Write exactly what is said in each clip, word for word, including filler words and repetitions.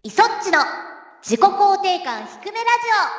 イソッチの自己肯定感低めラ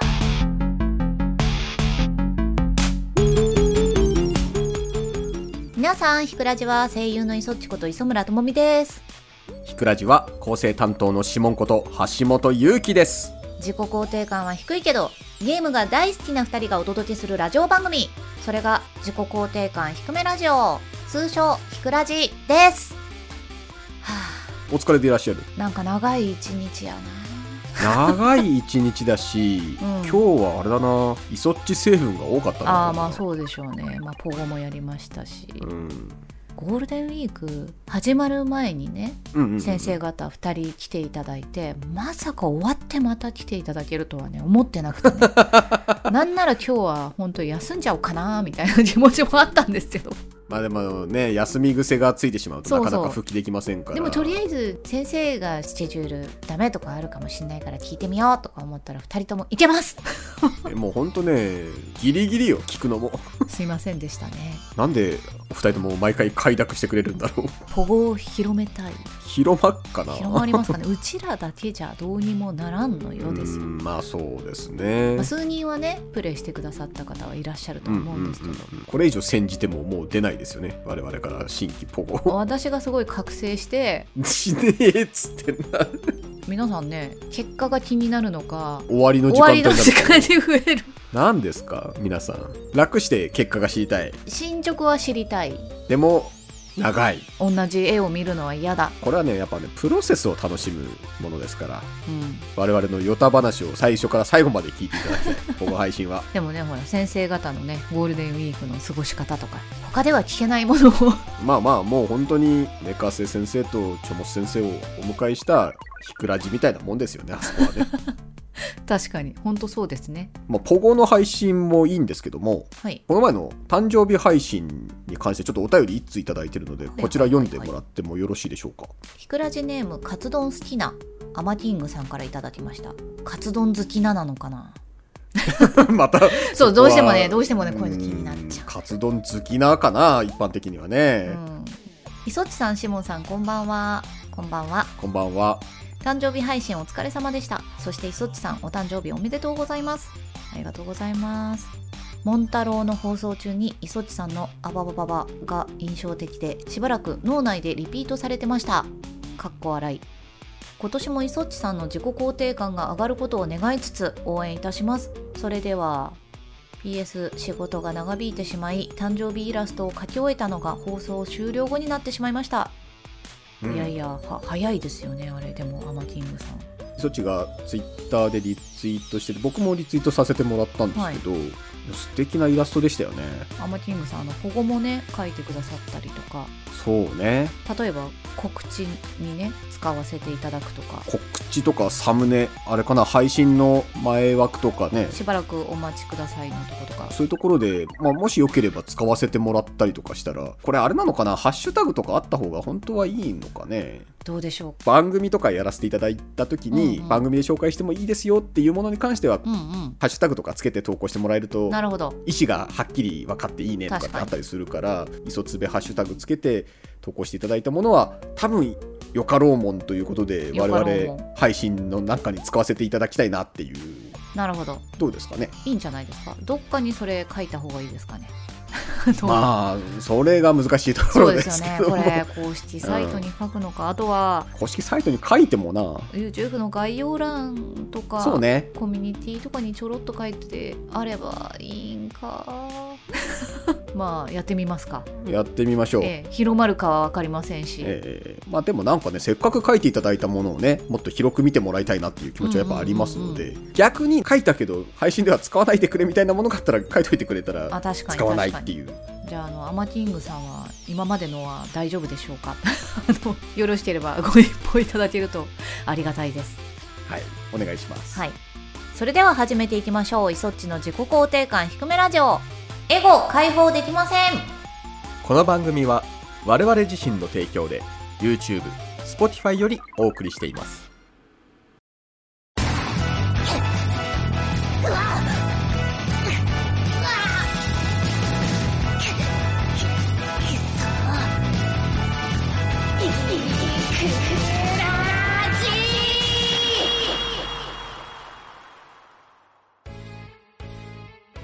ジオ。皆さん、ひくラジは声優のイソッチこと磯村智美です。 ひくラジは構成担当のシモンこと橋本優希です。 自己肯定感は低いけどゲームが大好きなふたりがお届けするラジオ番組、それが自己肯定感低めラジオ、通称ひくラジです。はあ、お疲れでいらっしゃる。 なんか長い一日やな長い一日だし、うん、今日はあれだな、イソッチ成分が多かったな。 あーまあそうでしょうね。まあポゴもやりましたし、うん、ゴールデンウィーク始まる前にね、うんうんうん、先生方ふたり来ていただいて、まさか終わってまた来ていただけるとはね思ってなくてねなんなら今日は本当に休んじゃおうかなみたいな気持ちもあったんですけど、 まあでもね、休み癖がついてしまうとなかなか復帰できませんから。 そうそう、でもとりあえず先生がスケジュールダメとかあるかもしれないから聞いてみようとか思ったらふたりともいけますもうほんとね、ギリギリよ、聞くのもすいませんでしたね。 なんでお二人とも毎回快諾してくれるんだろう。 ポゴを広めたい。 広まっかな。 広まりますかねうちらだけじゃどうにもならんのようですよ。 まあそうですね、 まあ、数人はねプレイしてくださった方はいらっしゃると思うんですけど、うんうんうん、 これ以上煎じてももう出ないですよね、我々から新規ポゴ。 私がすごい覚醒してしねえっつってんな皆さんね、結果が気になるのか終わりの時間帯終わりの時間に増える何ですか皆さん、楽して結果が知りたい、 進捗は知りたい、 でも長い、 同じ絵を見るのは嫌だ。 これはねやっぱねプロセスを楽しむものですから、うん、我々のヨタ話を最初から最後まで聞いていただきたいこの配信は。 でもねほら先生方のねゴールデンウィークの過ごし方とか他では聞けないものをまあまあもう本当にメカセ先生とチョモス先生をお迎えしたひくラジみたいなもんですよね、あそこはね確かに本当そうですね。 まあ、ポゴの配信もいいんですけども、はい、この前の誕生日配信に関してちょっとお便りいっついただいているので、こちら読んでもらってもよろしいでしょうか。 ひくラジネームカツ丼好きなアマキングさんからいただきました。カツ丼好きななのかなまたそうどうしてもねどうしてもねこういうの気になっちゃう。 カツ丼好きなかな、一般的にはね。うん、 イソッチさん、シモンさん、こんばんは。こんばんは。 こんばんは。 誕生日配信お疲れ様でした。そしてイソッチさん、お誕生日おめでとうございます。ありがとうございます。モンタロウの放送中にイソッチさんのアババババが印象的で、しばらく脳内でリピートされてました。かっこ笑い。今年もイソッチさんの自己肯定感が上がることを願いつつ応援いたします。それでは ピーエス 仕事が長引いてしまい、誕生日イラストを描き終えたのが放送終了後になってしまいました。うん、いやいやは早いですよねあれ。でもアマキングさん、 イソッチがツイッターでリツイートしてて、僕もリツイートさせてもらったんですけど、はい、素敵なイラストでしたよね。 アマキングさん、あのポゴもね書いてくださったりとか。 そうね、 例えば告知にね使わせていただくとか、 告知とかサムネ、あれかな、配信の前枠とかね、 しばらくお待ちくださいのとことか、 そういうところで、まあ、もしよければ使わせてもらったりとかしたら、これあれなのかな、ハッシュタグとかあった方が本当はいいのかね。 どうでしょう。 番組とかやらせていただいた時に、うんうん、番組で紹介してもいいですよっていうものに関しては、うんうん、ハッシュタグとかつけて投稿してもらえると、 なるほど、 意思がはっきり分かっていいねとかってあったりするから、イソツベハッシュタグつけて投稿していただいたものは多分よかろうもんということで、我々配信の中に使わせていただきたいなっていう。 なるほど、 どうですかね。 いいんじゃないですか。どっかにそれ書いた方がいいですかねまあそれが難しいところですけど、 そうですよね。これ公式サイトに書くのか、うん、あとは公式サイトに書いてもな YouTube の概要欄とか、 そうね、 コミュニティとかにちょろっと書いてあればいいんかまあやってみますか。 やってみましょう、 ええ、広まるかは分かりませんし、 ええ、まあでもなんかね、せっかく書いていただいたものをねもっと広く見てもらいたいなっていう気持ちはやっぱありますので、うんうんうんうん、逆に書いたけど配信では使わないでくれみたいなものがあったら書いといてくれたら使わないっていう。 じゃあ、あのアマキングさんは今までのは大丈夫でしょうかあのよろしければご一報いただけるとありがたいです。 はい、お願いします。 はい、それでは始めていきましょう。イソッチの自己肯定感低めラジオ、エゴ解放できません。 この番組は我々自身の提供で YouTube、Spotify よりお送りしています。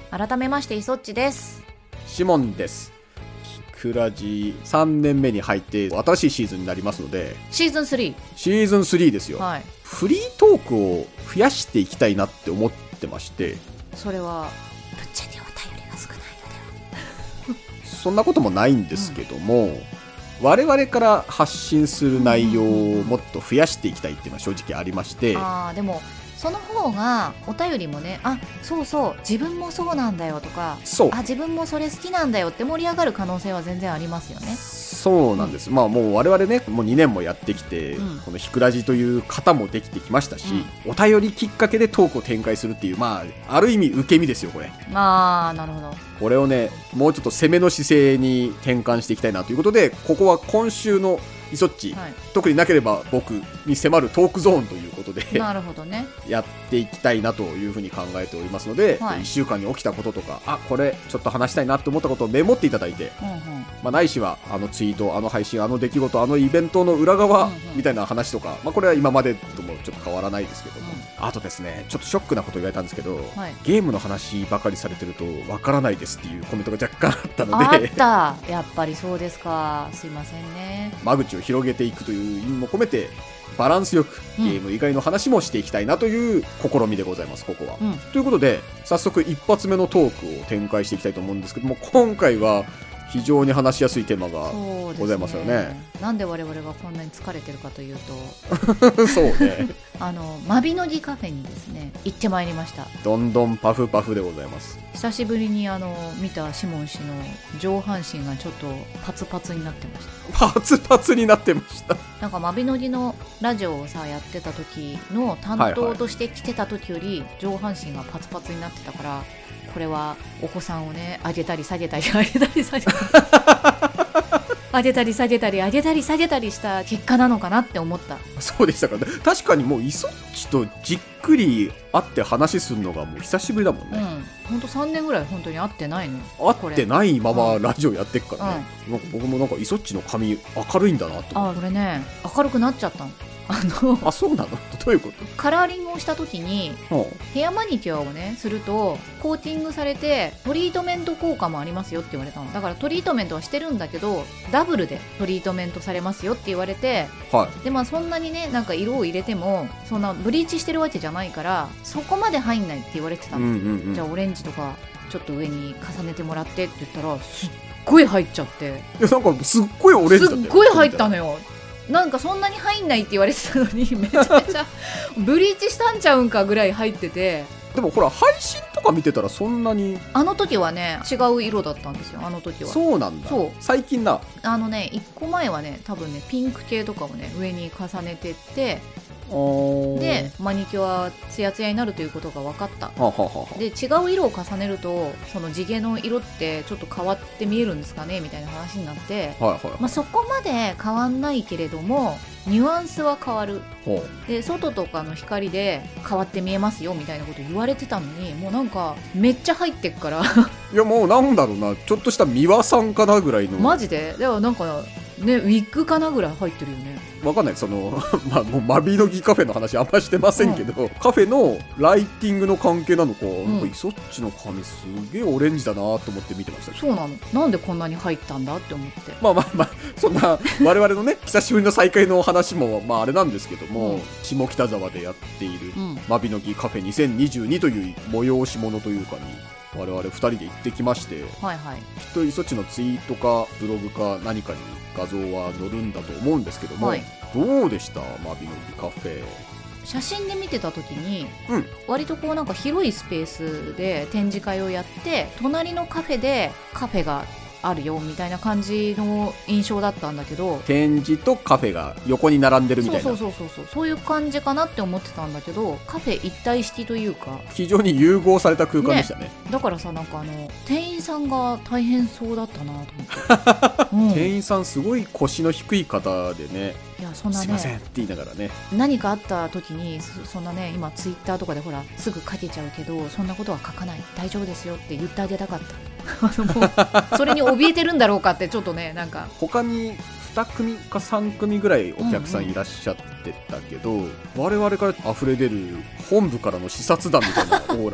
改めましてイソッチです。 シモンです。ひくラジさんねんめに入って新しいシーズンになりますので、 シーズンスリーシーズンスリーですよ、 はい、 フリートークを増やしていきたいなって思ってまして。 それはぶっちゃけお便りが少ないのではそんなこともないんですけども、うん、我々から発信する内容をもっと増やしていきたいっていうのは正直ありまして、 あーでもその方がお便りもね、あ、そうそう自分もそうなんだよとか、 そう、 あ、自分もそれ好きなんだよって盛り上がる可能性は全然ありますよね。 そうなんです、うん、まあもう我々ねもうにねんもやってきて、うん、このひくラジという型もできてきましたし、うん、お便りきっかけでトークを展開するっていう、まあある意味受け身ですよこれ。 あーなるほど。 これをねもうちょっと攻めの姿勢に転換していきたいなということで、ここは今週のイソッチ、はい、特になければ僕に迫るトークゾーンということでなるほど、ね、 やっていきたいなというふうに考えておりますので、はい、いっしゅうかんに起きたこととか、あ、これちょっと話したいなと思ったことをメモっていただいて、うんうん、まあ、ないしはあのツイート、あの配信、あの出来事、あのイベントの裏側みたいな話とか、まあ、これは今までともちょっと変わらないですけども、うん、あとですねちょっとショックなことを言われたんですけど、はい、ゲームの話ばかりされてるとわからないですっていうコメントが若干あったので、 あったやっぱりそうですか、すいませんね。 間口を広げていくという意味も込めてバランスよくゲーム以外の話もしていきたいなという試みでございますここは、うん、ということで早速一発目のトークを展開していきたいと思うんですけども、今回は非常に話しやすいテーマがございますよ ね, ねなんで我々がこんなに疲れてるかというとそうねあのマビノギカフェにですね行ってまいりました。 どんどんパフパフでございます。 久しぶりにあの見たシモン氏の上半身がちょっとパツパツになってました。 パツパツになってました。 なんかマビノギのラジオをさやってた時の担当として来てた時より上半身がパツパツになってたから、これはお子さんをね上げたり下げたり上げたり下げたり上げたり下げたり上げたり下げたりした結果なのかなって思った。 そうでしたかね。確かにもうイソッチとじっくり会って話するのがもう久しぶりだもんね。 うん、ほんとさんねんぐらい本当に会ってないのよ。会ってないままラジオやってっからね、うん、なんか僕もなんかイソッチの髪明るいんだなと。 あ、これね明るくなっちゃったの。あのあ、そうなの？どういうこと？ カラーリングをした時にヘアマニキュアをねするとコーティングされてトリートメント効果もありますよって言われたの。だからトリートメントはしてるんだけどダブルでトリートメントされますよって言われて、はい、でまあそんなにねなんか色を入れてもそんなブリーチしてるわけじゃないからそこまで入んないって言われてたの、うんうんうん、じゃあオレンジとかちょっと上に重ねてもらってって言ったらすっごい入っちゃって。 いやなんかすっごいオレンジだったよ。 すっごい入ったのよ。なんかそんなに入んないって言われてたのにめちゃめちゃブリーチしたんちゃうんかぐらい入ってて。 でもほら配信とか見てたらそんなにあの時はね違う色だったんですよ。あの時はそうなんだ。そう最近だ。 あのねいっこまえはね多分ねピンク系とかをね上に重ねてってでマニキュアツヤツヤになるということが分かった。はははで違う色を重ねるとその地毛の色ってちょっと変わって見えるんですかねみたいな話になって、はいはいまあ、そこまで変わんないけれどもニュアンスは変わる。で外とかの光で変わって見えますよみたいなこと言われてたのにもうなんかめっちゃ入ってっからいやもうなんだろうなちょっとした三輪さんかなぐらいのマジででもなんかね、ウィッグかなぐらい入ってるよね。 わかんないそのまあもうマビノギカフェの話あんましてませんけど、うん、カフェのライティングの関係なのか、うん、なんかイソッチの髪すげえオレンジだなと思って見てました。 そうなの。なんでこんなに入ったんだって思って。 まあまあまあそんな我々のね久しぶりの再会の話もまああれなんですけども、うん、下北沢でやっている、うん、マビノギカフェにせんにじゅうにという催し物というかに我々ふたりで行ってきまして、はいはい、きっとイソッチのツイートかブログか何かに画像は載るんだと思うんですけども、はい、どうでしたマビノギカフェ。 写真で見てた時に、うん、割とこうなんか広いスペースで展示会をやって隣のカフェでカフェがあるよみたいな感じの印象だったんだけど、 展示とカフェが横に並んでるみたいな、 そうそうそうそうそういう感じかなって思ってたんだけど、カフェ一体式というか非常に融合された空間でしたね。ねだからさなんかあの店員さんが大変そうだったなと思って、うん、 店員さんすごい腰の低い方でね、 いやそんなね、 すいませんって言いながらね、 何かあった時に そ, そんなね今ツイッターとかでほらすぐ書けちゃうけどそんなことは書かない大丈夫ですよって言ってあげたかったあのもうそれに怯えてるんだろうかってちょっとねなんか他ににくみかさんくみぐらいお客さんいらっしゃってたけど、うんうん、我々から溢れ出る本部からの視察団みたいなオーラ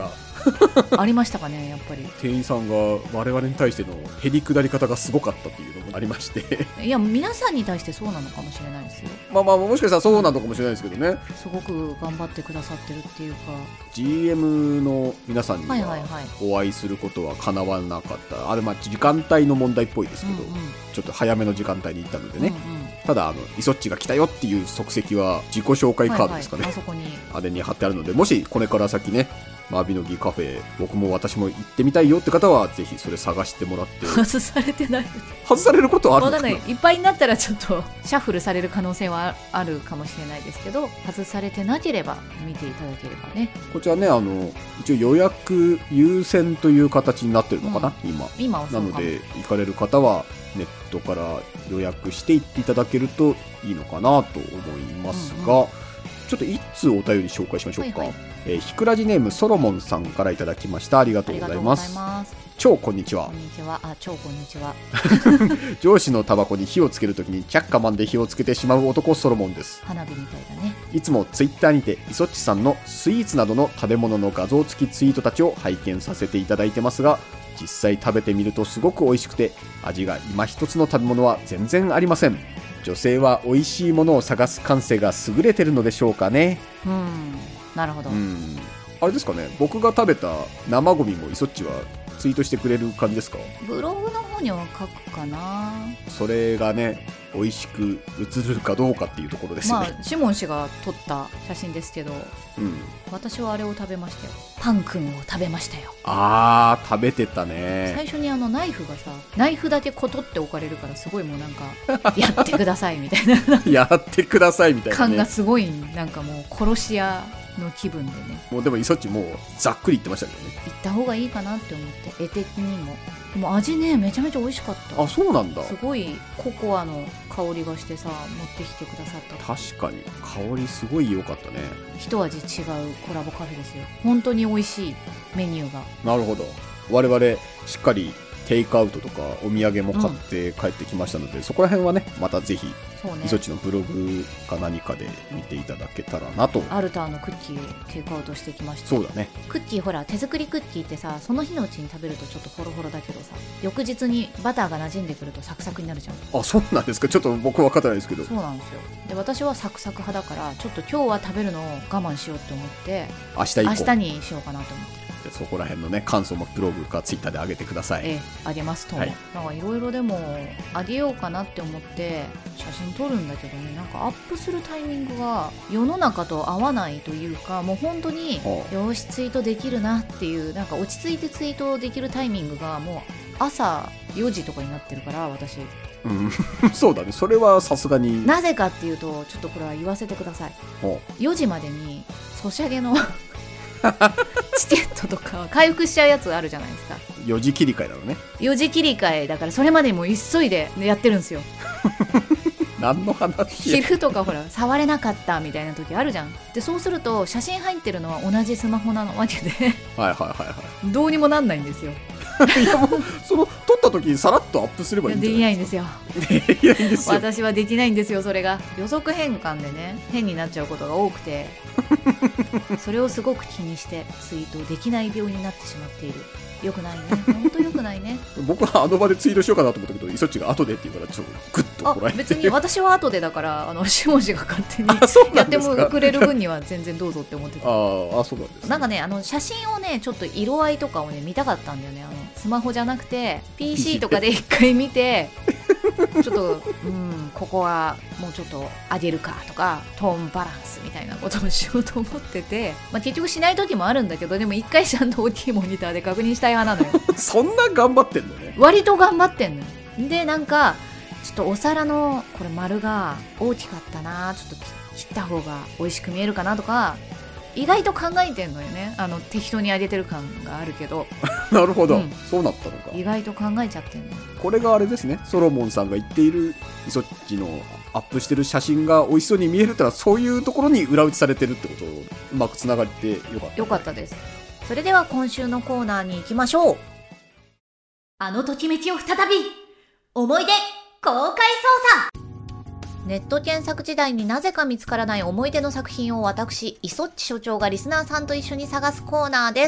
ありましたかね。やっぱり店員さんが我々に対してのへりくだり方がすごかったっていうのもありましていや皆さんに対してそうなのかもしれないですよ。 まあまあもしかしたらそうなのかもしれないですけどね。 すごく頑張ってくださってるっていうかジーエム の皆さんにはいはいははいお会いすることは叶わなかった、あれまあ時間帯の問題っぽいですけど、 うんうんちょっと早めの時間帯に行ったのでね、 うんうんただあのイソッチが来たよっていう足跡は自己紹介カードですかね、 はいはい、あそこにあれに貼ってあるので、もしこれから先ねマービノギカフェ僕も私も行ってみたいよって方はぜひそれ探してもらって外されてない外されることはあるのかな。 わかんない、いっぱいになったらちょっとシャッフルされる可能性はあるかもしれないですけど、外されてなければ見ていただければね。 こちらねあの一応予約優先という形になってるのかな、うん、今今はそうかも。 なので行かれる方はネットから予約して行っていただけるといいのかなと思いますが、うんうん、ちょっと一通お便り紹介しましょうか。はいはい、えー、ひくらじネームソロモンさんからいただきました。ありがとうございます。超こんにちは。 こんにちは。あ、超こんにちは。 上司のタバコに火をつけるときにチャッカマンで火をつけてしまう男ソロモンです。 花火みたいだね。 いつもツイッターにてイソッチさんのスイーツなどの食べ物の画像付きツイートたちを拝見させていただいてますが、実際食べてみるとすごく美味しくて、味が今一つの食べ物は全然ありません。女性は美味しいものを探す感性が優れてるのでしょうかね。 うん、なるほど。うん、 あれですかね、僕が食べた生ゴミもイソッチはツイートしてくれる感じですか？ ブログの方には書くかな。 それがね美味しく映るかどうかっていうところですよね。 まあシモン氏が撮った写真ですけど、うん、私はあれを食べましたよ。パン君を食べましたよ。 あー食べてたね。 最初にあのナイフがさ、ナイフだけコトって置かれるからすごいもうなんかやってくださいみたいなやってくださいみたいな、ね、 感がすごいなんかもう殺し屋の気分でね。 もうでもイソッチもうざっくり言ってましたけどね。 行った方がいいかなって思って、絵的にも。でも味ねめちゃめちゃ美味しかった。 あ、そうなんだ。 すごいココアの香りがしてさ、持ってきてくださった。 確かに香りすごい良かったね。 一味違うコラボカフェですよ。本当に美味しいメニューが。 なるほど。我々しっかりテイクアウトとかお土産も買って帰ってきましたので、うん、そこら辺はねまたぜひイソッチのブログか何かで見ていただけたらなと。 アルターのクッキーをテイクアウトしてきました。 そうだね。 クッキーほら手作りクッキーってさ、その日のうちに食べるとちょっとホロホロだけどさ、翌日にバターが馴染んでくるとサクサクになるじゃん。 あ、そうなんですか。ちょっと僕は分かってないですけど。 そうなんですよ。で私はサクサク派だから、ちょっと今日は食べるのを我慢しようって思って、 明日以降明日にしようかなと思って。 そこら辺のね感想もブログかツイッターで上げてください。 ええ、あげますとも、はい、なんかいろいろでもあげようかなって思って写真撮るんだけどね、なんかアップするタイミングが世の中と合わないというか、もう本当によしツイートできるなっていう、なんか落ち着いてツイートできるタイミングがもう朝よじとかになってるから私。 うん、そうだね。それはさすがに。 なぜかっていうとちょっとこれは言わせてください。よじまでにソシャゲのチケットとか回復しちゃうやつあるじゃないですか。 よじ切り替えなのね。 よじ切り替えだから、それまでもう急いでやってるんですよ。 何の話？ 昼とかほら触れなかったみたいな時あるじゃん。でそうすると写真入ってるのは同じスマホなわけではいはいはいはい。 どうにもなんないんですよ。 いやもうその撮った時にさらっとアップすればいいんじゃないですか。 できないんですよ。できないんですよ。私はできないんですよ。それが予測変換でね変になっちゃうことが多くてそれをすごく気にしてツイートできない病になってしまっている。よくないね。本当よくないね。 僕はあの場でツイートしようかなと思ったけど、イソッチが後でって言うからちょっとグッとこらえて。 あ、別に私は後でだから、あのシモン氏が勝手にやってもくれる分には全然どうぞって思ってた。 ああ、そうなんです、ね。 なんかね、あの写真をねちょっと色合いとかをね見たかったんだよね。あのスマホじゃなくて ピーシー とかで一回見てちょっとうんここはもうちょっと上げるかとかトーンバランスみたいなことをしようと思ってて、まあ、結局しない時もあるんだけど、でも一回ちゃんと大きいモニターで確認したい派なのよ。 そんな頑張ってんのね。 割と頑張ってんのよ。でなんかちょっとお皿のこれ丸が大きかったな、ちょっと切った方が美味しく見えるかなとか意外と考えてんのよね。あの適当に上げてる感があるけどなるほど、 うん、 そうなったのか。 意外と考えちゃってんの。これがあれですね、ソロモンさんが言っているイソッチのアップしてる写真が美味しそうに見えるってのはそういうところに裏打ちされてるってことをうまくつながってよかった。 よかったです。それでは今週のコーナーに行きましょう。あのときめきを再び思い出公開捜査。ネット検索時代になぜか見つからない思い出の作品を私イソッチ所長がリスナーさんと一緒に探すコーナーです。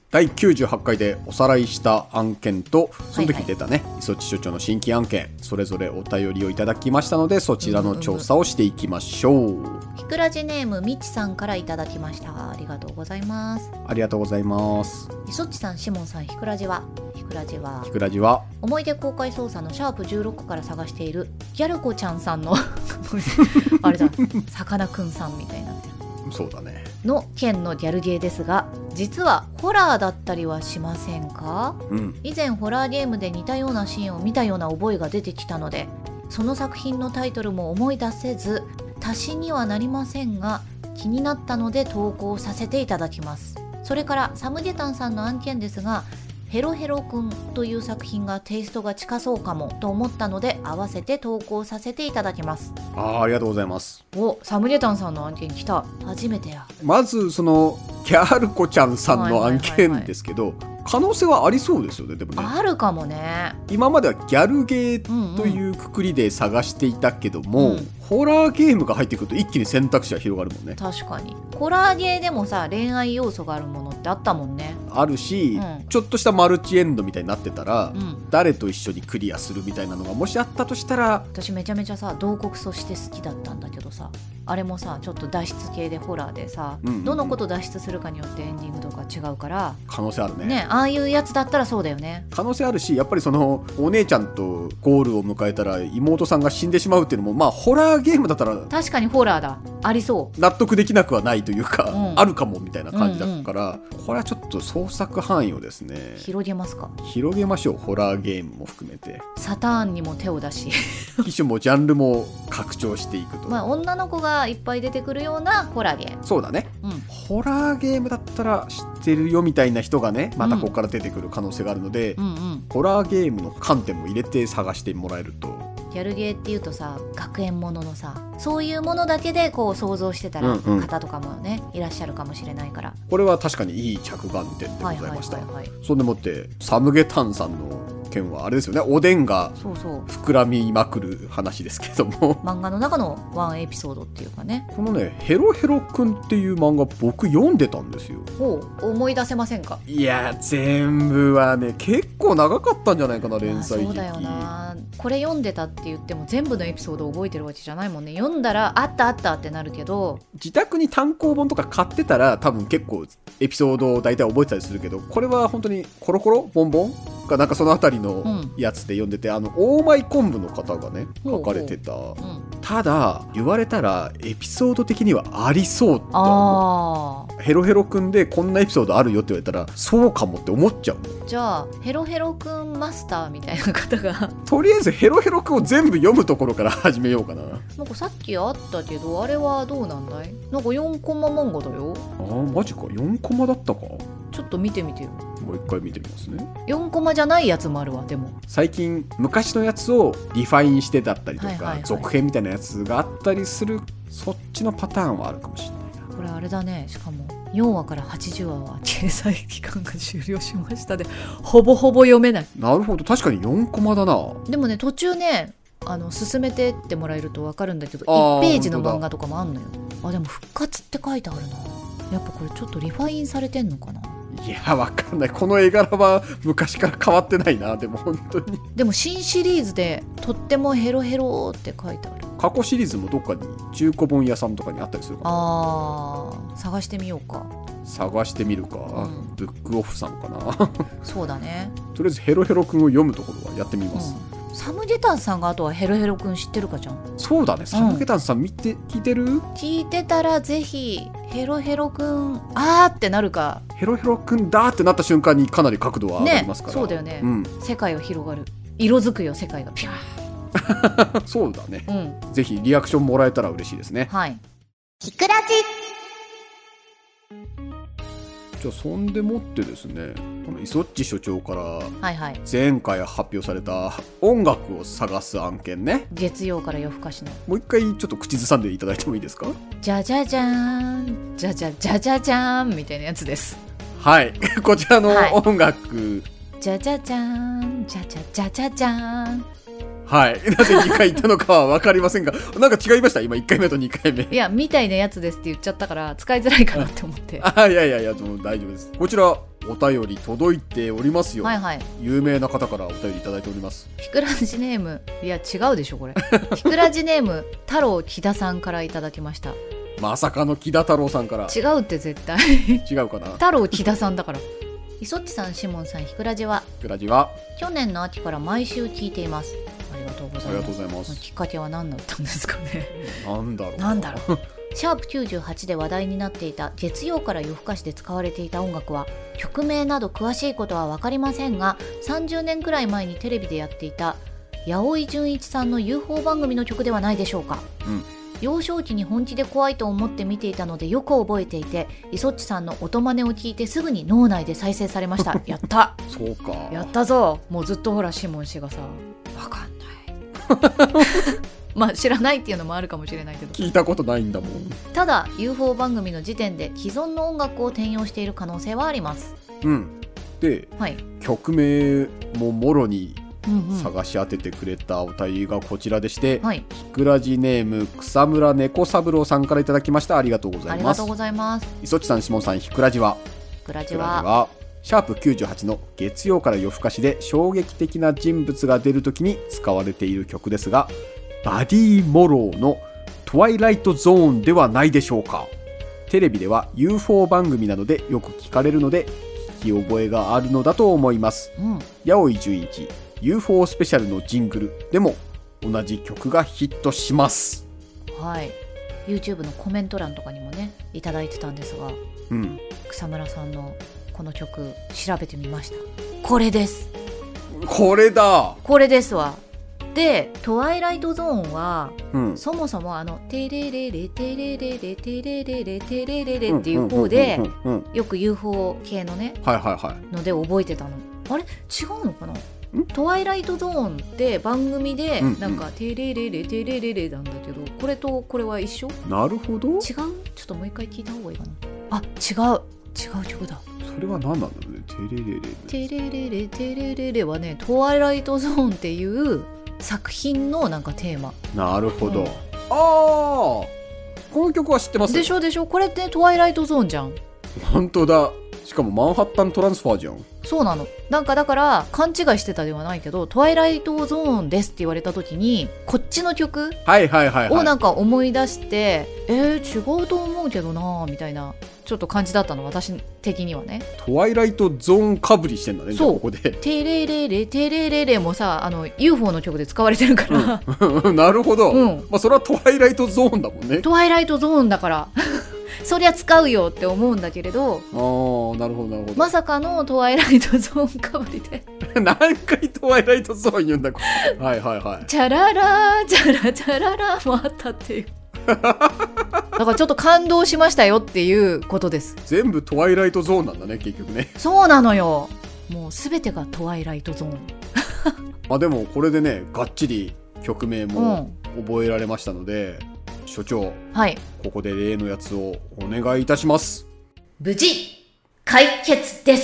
だいきゅうじゅうはちかいでおさらいした案件とその時出たね、はいはい、磯地所長の新規案件それぞれお便りをいただきましたのでそちらの調査をしていきましょう。うんうんうん、 ひくらじネームみちさんからいただきました。ありがとうございます。 ありがとうございます。 磯地さん、しもんさん、ひくらじはひくらじはひくらじは思い出公開捜査のシャープじゅうろくから探しているギャル子ちゃんさんのあれださかなクンさんみたいになってる。 そうだねの件のギャルゲーですが、実はホラーだったりはしませんか？うん、以前ホラーゲームで似たようなシーンを見たような覚えが出てきたので、その作品のタイトルも思い出せず足しにはなりませんが気になったので投稿させていただきます。それからサムゲタンさんの案件ですが、ヘロヘロくんという作品がテイストが近そうかもと思ったので合わせて投稿させていただきます。 あ, ありがとうございます。 お、サムゲタンさんの案件来た。初めてや。 まずそのギャル子ちゃんさんの案件ですけど、はいはいはいはい、可能性はありそうですよね。でもね、 あるかもね。 今まではギャルゲーというくくりで探していたけども、うんうん、ホラーゲームが入ってくると一気に選択肢が広がるもんね。 確かにホラーゲーでもさ恋愛要素があるものってあったもんね。 あるし、うん、ちょっとしたマルチエンドみたいになってたら、うん、誰と一緒にクリアするみたいなのがもしあったとしたら、 私めちゃめちゃさ同国そして好きだったんだけどさ、あれもさちょっと脱出系でホラーでさ、うんうんうん、どの子と脱出するかによってエンディングとか違うから可能性あるね。 ね、ああいうやつだったらそうだよね。 可能性あるし、やっぱりそのお姉ちゃんとゴールを迎えたら妹さんが死んでしまうっていうのもまあホラーゲームだったら確かにホラーだ、ありそう、 納得できなくはないというか、うん、あるかもみたいな感じだから、うんうん、これはちょっと創作範囲をですね広げますか。 広げましょう。ホラーゲームも含めてサターンにも手を出し機種もジャンルも拡張していくと、 まあ、女の子がいっぱい出てくるようなホラーゲーム。 そうだね、うん、ホラーゲームだったら知ってるよみたいな人がねまたここから出てくる可能性があるので、うんうんうん、ホラーゲームの観点も入れて探してもらえると。 ギャルゲーっていうとさ学園もののさそういうものだけでこう想像してたら方とかもね、うんうん、いらっしゃるかもしれないから、 これは確かにいい着眼点でございました。 はいはいはいはい、 そんでもってサムゲタンさんの件はあれですよね、おでんが膨らみまくる話ですけども、そうそう漫画の中のワンエピソードっていうかね。 このねヘロヘロくんっていう漫画僕読んでたんですよ。 お思い出せませんか？ いや全部はね結構長かったんじゃないかな連載時期。 そうだよな。これ読んでたって言っても全部のエピソードを覚えてるわけじゃないもんね。読んだらあったあったってなるけど、 自宅に単行本とか買ってたら多分結構エピソードを大体覚えてたりするけど、これは本当にコロコロボンボンかなんかそのあたりのやつで読んでて、うん、あの大前昆布の方がね書かれてた、ほうほう、うん、ただ言われたらエピソード的にはありそうと思う。ヘロヘロくんでこんなエピソードあるよって言われたらそうかもって思っちゃうの。 じゃあヘロヘロくんマスターみたいな方がとりあえずヘロヘロくんを全部読むところから始めようかな。 なんかさっきあったけどあれはどうなんだい？なんかよんコマ漫画だよ。 あーマジか、よんコマだったか。 ちょっと見てみてよ。 もう一回見てみますね。 よんコマじゃないやつもあるわ。でも最近昔のやつをリファインしてだったりとか、はいはいはい、続編みたいなやつがあったりする、そっちのパターンはあるかもしれないな。 これあれだね。しかもよんわからはちじゅうわは掲載期間が終了しましたでほぼほぼ読めない。 なるほど、確かによんコマだな。 でもね途中ねあの進めてってもらえると分かるんだけどいちページの漫画とかもあんのよ。あでも復活って書いてあるな。やっぱこれちょっとリファインされてんのかな。 いやわかんない。この絵柄は昔から変わってないな。でも本当にでも新シリーズでとってもヘロヘロって書いてある。 過去シリーズもどっかに中古本屋さんとかにあったりするかな。 あー探してみようか。 探してみるか、うん、ブックオフさんかなそうだね。 とりあえずヘロヘロくんを読むところはやってみます、 うん、サムゲタンさんがあとはヘロヘロくん知ってるかじゃん。 そうだね。サムゲタンさん見て、うん、聞いてる？ 聞いてたらぜひヘロヘロくんあーってなるか、 ヘロヘロくんだってなった瞬間にかなり角度は上がりますから、 ね、そうだよね、うん、世界を広がる。色づくよ世界がピャーそうだね、うん、ぜひリアクションもらえたら嬉しいですね。 はい。 ひくらじ。 じゃあそんでもってですね、このイソッチ所長から前回発表された音楽を探す案件ね、 月曜から夜更かしの、 もう一回ちょっと口ずさんでいただいてもいいですか？ じゃじゃじゃーんじゃじゃじゃじゃじゃーんみたいなやつです。 はいこちらの音楽、はい、 じゃじゃじゃーんじゃじゃじゃじゃじゃーん。 はい、なぜにかい言ったのかは分かりませんがなんか違いました今いっかいめとにかいめ。 いやみたいなやつですって言っちゃったから使いづらいかなって思ってあいやいやいやもう大丈夫です。こちらお便り届いておりますよ。 はいはい。 有名な方からお便りいただいております。 ひくらじネーム、いや違うでしょこれひくらじネーム太郎木田さんからいただきました。 まさかの木田太郎さんから。 違うって絶対違うかな。 太郎木田さんだから。いそっちさん、しもんさん、ひくらじは。 ひくらじは。 去年の秋から毎週聞いています。ありがとうございます。 ありがとうございます。 きっかけは何だったんですかね。 なんだろうなんだろうシャープきゅうじゅうはちで話題になっていた月曜から夜更かしで使われていた音楽は、曲名など詳しいことは分かりませんが、さんじゅうねんくらい前にテレビでやっていた八尾純一さんの ユーフォー 番組の曲ではないでしょうか。うん、幼少期に本気で怖いと思って見ていたのでよく覚えていて、いそっちさんの音真似を聞いてすぐに脳内で再生されましたやったそうか、 やったぞ。もうずっとほらシモン氏がさ、分かんないまあ知らないっていうのもあるかもしれないけど、 聞いたことないんだもん。 ただ ユーフォー 番組の時点で既存の音楽を転用している可能性はあります。 うんで、はい、曲名ももろに探し当ててくれたお便りがこちらでして、うんうん、はい、ひくらじネーム草村猫三郎さんからいただきました。ありがとうございます。ありがとうございます。いそっちさん、しもんさん、ひくらじは。ひくらじはシャープきゅうじゅうはちの月曜から夜更かしで衝撃的な人物が出るときに使われている曲ですが、バディ・モローのトワイライトゾーンではないでしょうか。テレビでは ユーフォー 番組などでよく聞かれるので聞き覚えがあるのだと思います、うん、八尾純一 ユーフォー スペシャルのジングルでも同じ曲がヒットします。はい、 YouTube のコメント欄とかにもねいただいてたんですが、うん、草村さんのこの曲調べてみました。これです。これだ。これですわ。で、トワイライトゾーンは、うん、そもそもあのテレレレテレレレテレレレテレレレっていう方でよく ユーフォー 系のね、はいはいはい、ので覚えてたの。あれ違うのかな。トワイライトゾーンって番組でなんかテレレレテレレレなんだけど、これとこれは一緒。なるほど。違う。ちょっともう一回聞いた方がいいかな。あ、違う違う曲だ。それは何なんだろうね。テレレレテレレレテレレレはね、トワイライトゾーンっていう作品のなんかテーマ。なるほど、うん、ああこの曲は知ってますでしょでしょ。これってトワイライトゾーンじゃん。本当だ。しかもマンハッタントランスファーじゃん。そうなの。なんかだから勘違いしてたではないけど、トワイライトゾーンですって言われた時にこっちの曲をなんか思い出して、えー、違うと思うけどなみたいなちょっと感じだったの、私的にはね。トワイライトゾーンかぶりしてんだね。そう、ここでテレレレテレレレもさ、あの ユーフォー の曲で使われてるから、うん、なるほど、うん、まあ、それはトワイライトゾーンだもんね。トワイライトゾーンだからそりゃ使うよって思うんだけれど、あー、なるほどなるほど。まさかのトワイライトゾーンかぶりで何回トワイライトゾーン言うんだこれはいはいはい。チャララーチャラチャララーもあったっていうだからちょっと感動しましたよっていうことです。全部トワイライトゾーンなんだね結局ね。そうなのよ。もうすべてがトワイライトゾーンまあでもこれでねがっちり曲名も覚えられましたので、うん、所長、はい、ここで例のやつをお願いいたします。無事解決です。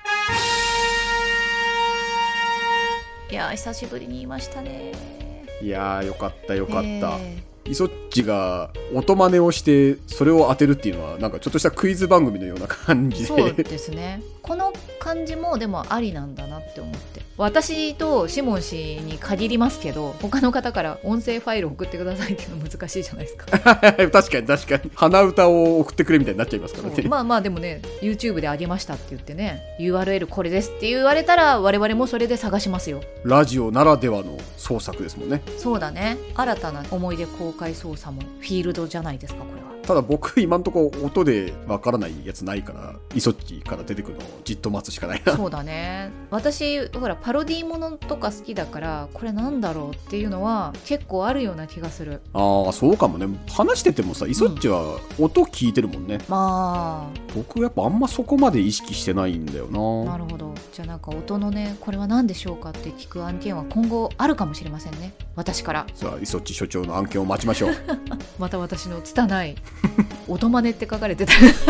いや久しぶりに言いましたね。いやよかったよかった、えーイソッチが音真似をしてそれを当てるっていうのはなんかちょっとしたクイズ番組のような感じで。そうですね。この感じもでもありなんだなって思って、私とシモン氏に限りますけど他の方から音声ファイル送ってくださいっていうの難しいじゃないですか確かに確かに鼻歌を送ってくれみたいになっちゃいますからね。まあまあでもね YouTube であげましたって言ってね ユーアールエル これですって言われたら我々もそれで探しますよ。ラジオならではの創作ですもんね。そうだね。新たな思い出公開捜査もフィールドじゃないですかこれは。ただ僕今んとこ音でわからないやつないからイソッチから出てくるのをじっと待つしかないな。そうだね。私ほらパロディーものとか好きだからこれなんだろうっていうのは結構あるような気がする。ああそうかもね。話しててもさイソッチは音聞いてるもんね、うん、まあ僕やっぱあんまそこまで意識してないんだよな。なるほど。じゃあなんか音のねこれは何でしょうかって聞く案件は今後あるかもしれませんね私から。さあイソッチ所長の案件を待ちましょうまた私の拙い音真似って書かれてた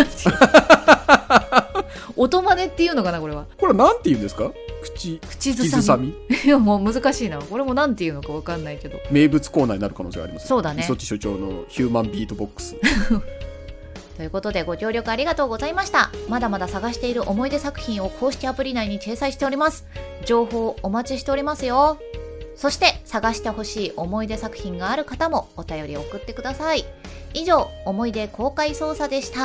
音真似っていうのかなこれは。これはなんて言うんですか。口口ずさみいやもう難しいなこれもなんて言うのか分かんないけど名物コーナーになる可能性があります。そうだね。イソッチ所長のヒューマンビートボックスということでご協力ありがとうございました。まだまだ探している思い出作品を公式アプリ内に掲載しております。情報お待ちしておりますよ。そして探してほしい思い出作品がある方もお便り送ってください。以上、思い出公開捜査でした。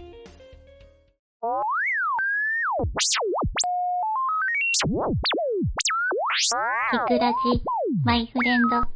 ひくらじマイフレンド。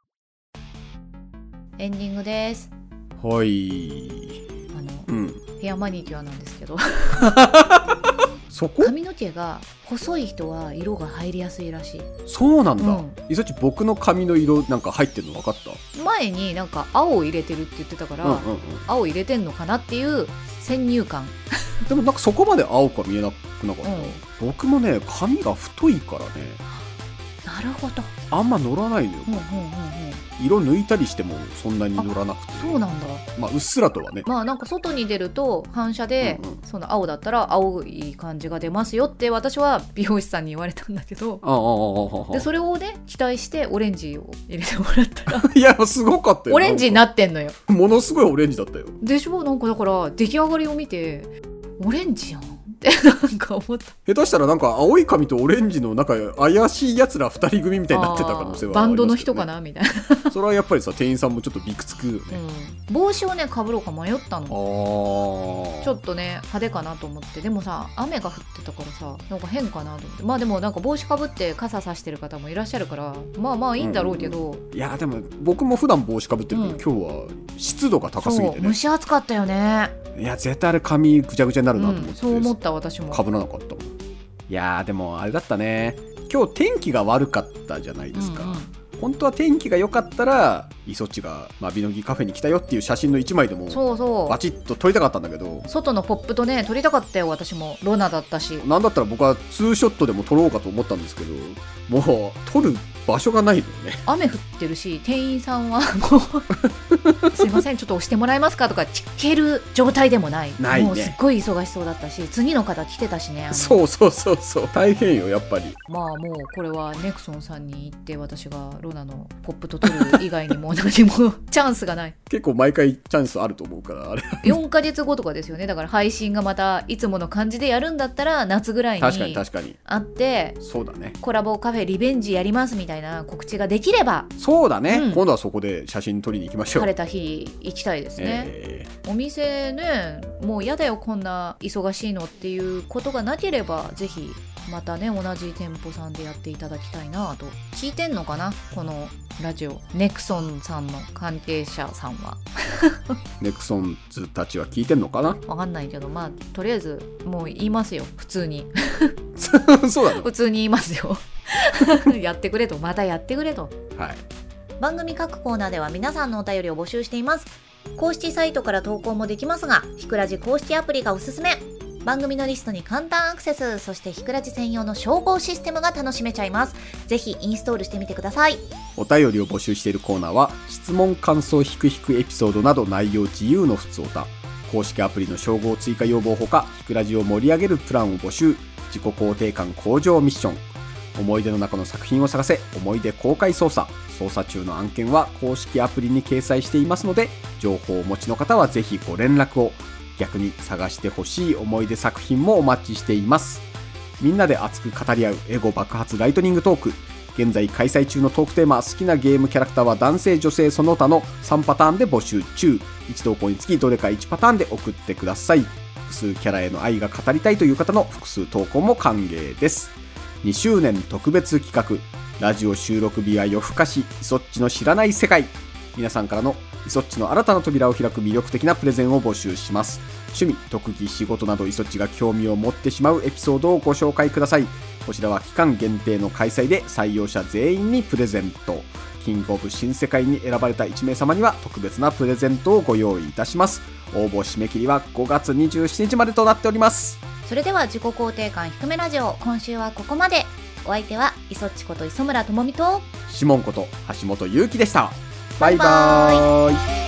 エンディングです。 はいあの、 うん、 ヘアマニキュアなんですけどそこ髪の毛が細い人は色が入りやすいらしい。 そうなんだ、 うん、 いそっち僕の髪の色なんか入ってるの分かった？ 前になんか青を入れてるって言ってたから、うんうんうん、青入れてんのかなっていう先入観でもなんかそこまで青くは見えなくなかった、うん、僕もね髪が太いからね。 なるほど。 あんま乗らないのよ、うんうんうんうん、色抜いたりしてもそんなに乗らなくて。 そうなんだ。 まあうっすらとはね。 まあなんか外に出ると反射で、うんうん、その青だったら青い感じが出ますよって私は美容師さんに言われたんだけど、ああああでそれをね期待してオレンジを入れてもらったらいやすごかったよ。 オレンジになってんのよ。 ものすごいオレンジだったよ。 でしょ。なんかだから出来上がりを見てオレンジやんってなんか思った。 下手したらなんか青い髪とオレンジのなんか怪しいやつらふたり組みたいになってた可能性はありますよね。 バンドの人かなみたいなそれはやっぱりさ店員さんもちょっとびくつくよね、 うん、帽子をねかぶろうか迷ったの。 あちょっとね派手かなと思って。でもさ雨が降ってたからさなんか変かなと思って。まあでもなんか帽子かぶって傘さしてる方もいらっしゃるからまあまあいいんだろうけど、 うんうん、いやでも僕も普段帽子かぶってるけど、うん、今日は湿度が高すぎてね。 そう蒸し暑かったよね。 いや絶対あれ髪ぐちゃぐちゃになるなと思って、うん、 そう思った私も。 かぶらなかったもん。いやでもあれだったね。今日天気が悪かったじゃないですか、うんうん、本当は天気が良かったらイソッチがマビノギカフェに来たよっていう写真のいちまいでもそうそうバチッと撮りたかったんだけど、 外のポップとね撮りたかったよ。私もロナだったし。 なんだったら僕はツーショットでも撮ろうかと思ったんですけどもう撮る場所がないのよね。 雨降ってるし店員さんはもうすいませんちょっと押してもらえますかとか聞ける状態でもない。 ないね。 もうすっごい忙しそうだったし次の方来てたしね。 そうそうそうそう大変よやっぱり。 まあもうこれはネクソンさんに行って私がロナのポップと撮る以外にも何もチャンスがない。 結構毎回チャンスあると思うからあれよんかげつごとかですよね。だから配信がまたいつもの感じでやるんだったら夏ぐらいに確かに確かにあってそうだねコラボカフェリベンジやりますみたいな告知ができれば。 そうだね、うん、今度はそこで写真撮りに行きましょう。 晴れた日行きたいですね、えー、お店ねもうやだよこんな忙しいのっていうことがなければぜひまたね同じ店舗さんでやっていただきたいなと。聞いてんのかなこのラジオネクソンさんの関係者さんはネクソンズたちは聞いてんのかなわかんないけどまあとりあえずもう言いますよ普通にそうだね普通に言いますよやってくれとまたやってくれと。 はい。 番組各コーナーでは皆さんのお便りを募集しています。公式サイトから投稿もできますがひくらじ公式アプリがおすすめ。番組のリストに簡単アクセス、そしてひくらじ専用の照合システムが楽しめちゃいます。ぜひインストールしてみてください。 お便りを募集しているコーナーは質問感想ひくひくエピソードなど内容自由のふつおた。公式アプリの照合追加要望ほかひくらじを盛り上げるプランを募集。自己肯定感向上ミッション。思い出の中の作品を探せ思い出公開捜査。捜査中の案件は公式アプリに掲載していますので情報をお持ちの方はぜひご連絡を。逆に探してほしい思い出作品もお待ちしています。みんなで熱く語り合うエゴ爆発ライトニングトーク。現在開催中のトークテーマ好きなゲームキャラクターは男性女性その他のさんパターンで募集中。いち投稿につきどれかいちパターンで送ってください。複数キャラへの愛が語りたいという方の複数投稿も歓迎です。にしゅうねん特別企画ラジオ収録日は夜更かしイソッチの知らない世界。皆さんからのイソッチの新たな扉を開く魅力的なプレゼンを募集します。趣味、特技、仕事などイソッチが興味を持ってしまうエピソードをご紹介ください。こちらは期間限定の開催で採用者全員にプレゼント。キングオブ新世界に選ばれたいち名様には特別なプレゼントをご用意いたします。応募締め切りはごがつにじゅうしちにちまでとなっております。 それでは自己肯定感低めラジオ今週はここまで。お相手はイソッチこと磯村智美とシモンこと橋本優希でした。バイバーイ。